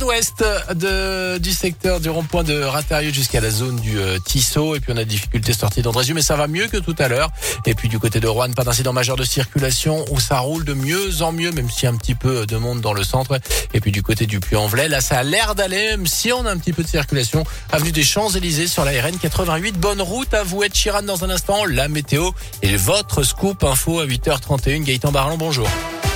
ouest du secteur du rond-point de Ratarieux jusqu'à la zone du Tissot. Et puis on a des difficultés sorties d'Andrézieux, mais ça va mieux que tout à l'heure. Et puis du côté de Roanne, pas d'incident majeur de circulation où ça roule de mieux en mieux, même s'il y a un petit peu de monde dans le centre. Et puis du côté du Puy-en-Velay, là ça a l'air d'aller, même si on a un petit peu de circulation. Avenue des Champs-Élysées sur la RN 88. Bonne route à vous, Ed Sheeran dans un instant. La météo et votre scoop info à 8h31. Gaëtan Barallon, bonjour.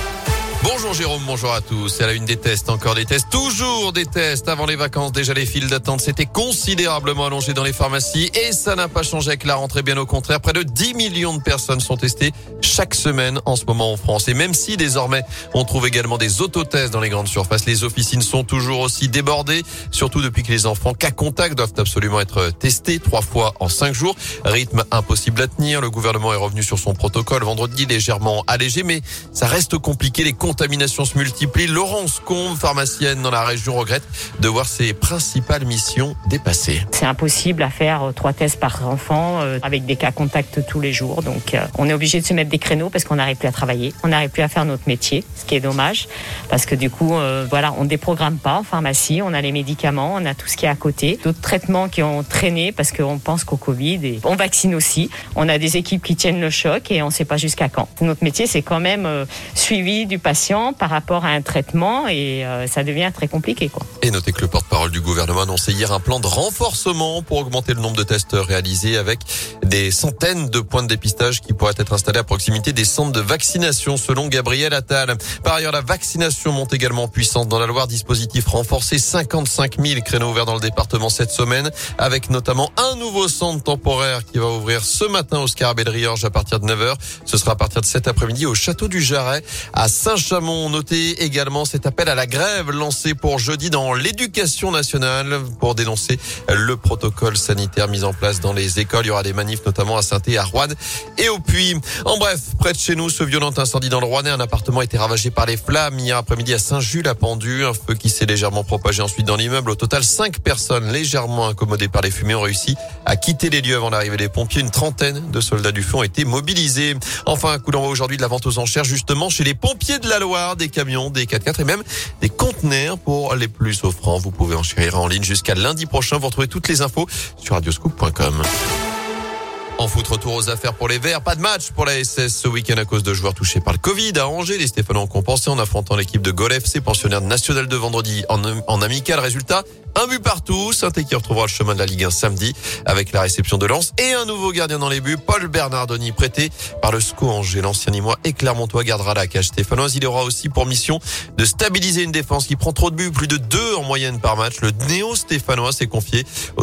Bonjour Jérôme, bonjour à tous. C'est à la une des tests, encore des tests, toujours des tests. Avant les vacances, déjà les files d'attente s'étaient considérablement allongées dans les pharmacies et ça n'a pas changé avec la rentrée, bien au contraire. Près de 10 millions de personnes sont testées chaque semaine en ce moment en France. Et même si désormais on trouve également des autotests dans les grandes surfaces, les officines sont toujours aussi débordées, surtout depuis que les enfants cas contact doivent absolument être testés 3 fois en 5 jours. Rythme impossible à tenir. Le gouvernement est revenu sur son protocole vendredi, légèrement allégé, mais ça reste compliqué. Les contaminations se multiplient. Laurence Combe, pharmacienne dans la région, regrette de voir ses principales missions dépassées. C'est impossible à faire 3 tests par enfant avec des cas contacts tous les jours. Donc on est obligé de se mettre des créneaux parce qu'on n'arrive plus à travailler, on n'arrive plus à faire notre métier, ce qui est dommage parce que du coup on déprogramme pas en pharmacie, on a les médicaments, on a tout ce qui est à côté, d'autres traitements qui ont traîné parce qu'on pense qu'au Covid et on vaccine aussi. On a des équipes qui tiennent le choc et on ne sait pas jusqu'à quand. Notre métier c'est quand même suivi du patient par rapport à un traitement et ça devient très compliqué, quoi. Et notez que le porte-parole du gouvernement a annoncé hier un plan de renforcement pour augmenter le nombre de tests réalisés avec des centaines de points de dépistage qui pourraient être installés à proximité des centres de vaccination selon Gabriel Attal. Par ailleurs, la vaccination monte également en puissance dans la Loire. Dispositif renforcé, 55 000 créneaux ouverts dans le département cette semaine avec notamment un nouveau centre temporaire qui va ouvrir ce matin au Scarabée-de-Riorges à partir de 9h. Ce sera à partir de cet après-midi au Château du Jarret à Saint-Chamond. Notez également cet appel à la grève lancé pour jeudi dans l'éducation nationale pour dénoncer le protocole sanitaire mis en place dans les écoles. Il y aura des manifs notamment à Saint-Thé, à Roanne et au Puy. En bref, près de chez nous, ce violent incendie dans le Rouennais, un appartement a été ravagé par les flammes hier après-midi à Saint-Jules-à-Pendu. Un feu qui s'est légèrement propagé ensuite dans l'immeuble. Au total, 5 personnes légèrement incommodées par les fumées ont réussi à quitter les lieux avant l'arrivée des pompiers. Une trentaine de soldats du feu ont été mobilisés. Enfin, un coup d'envoi aujourd'hui de la vente aux enchères justement chez les pompiers de la Loire, des camions, des 4x4 et même des conteneurs pour les plus offrants. Vous pouvez enchérir en ligne jusqu'à lundi prochain. Vous retrouvez toutes les infos sur radioscoop.com. En foot, retour aux affaires pour les Verts. Pas de match pour la SS ce week-end à cause de joueurs touchés par le Covid. À Angers, les Stéphanois ont compensé en affrontant l'équipe de Gol FC, pensionnaire national de vendredi en amical. Résultat, 1 but partout. Saint-Étienne qui retrouvera le chemin de la Ligue 1 samedi avec la réception de Lens et un nouveau gardien dans les buts, Paul Bernardoni, prêté par le SCO Angers. L'ancien Nîmois et Clermontois gardera la cage stéphanoise. Il aura aussi pour mission de stabiliser une défense qui prend trop de buts, plus de 2 en moyenne par match. Le néo-stéphanois s'est confié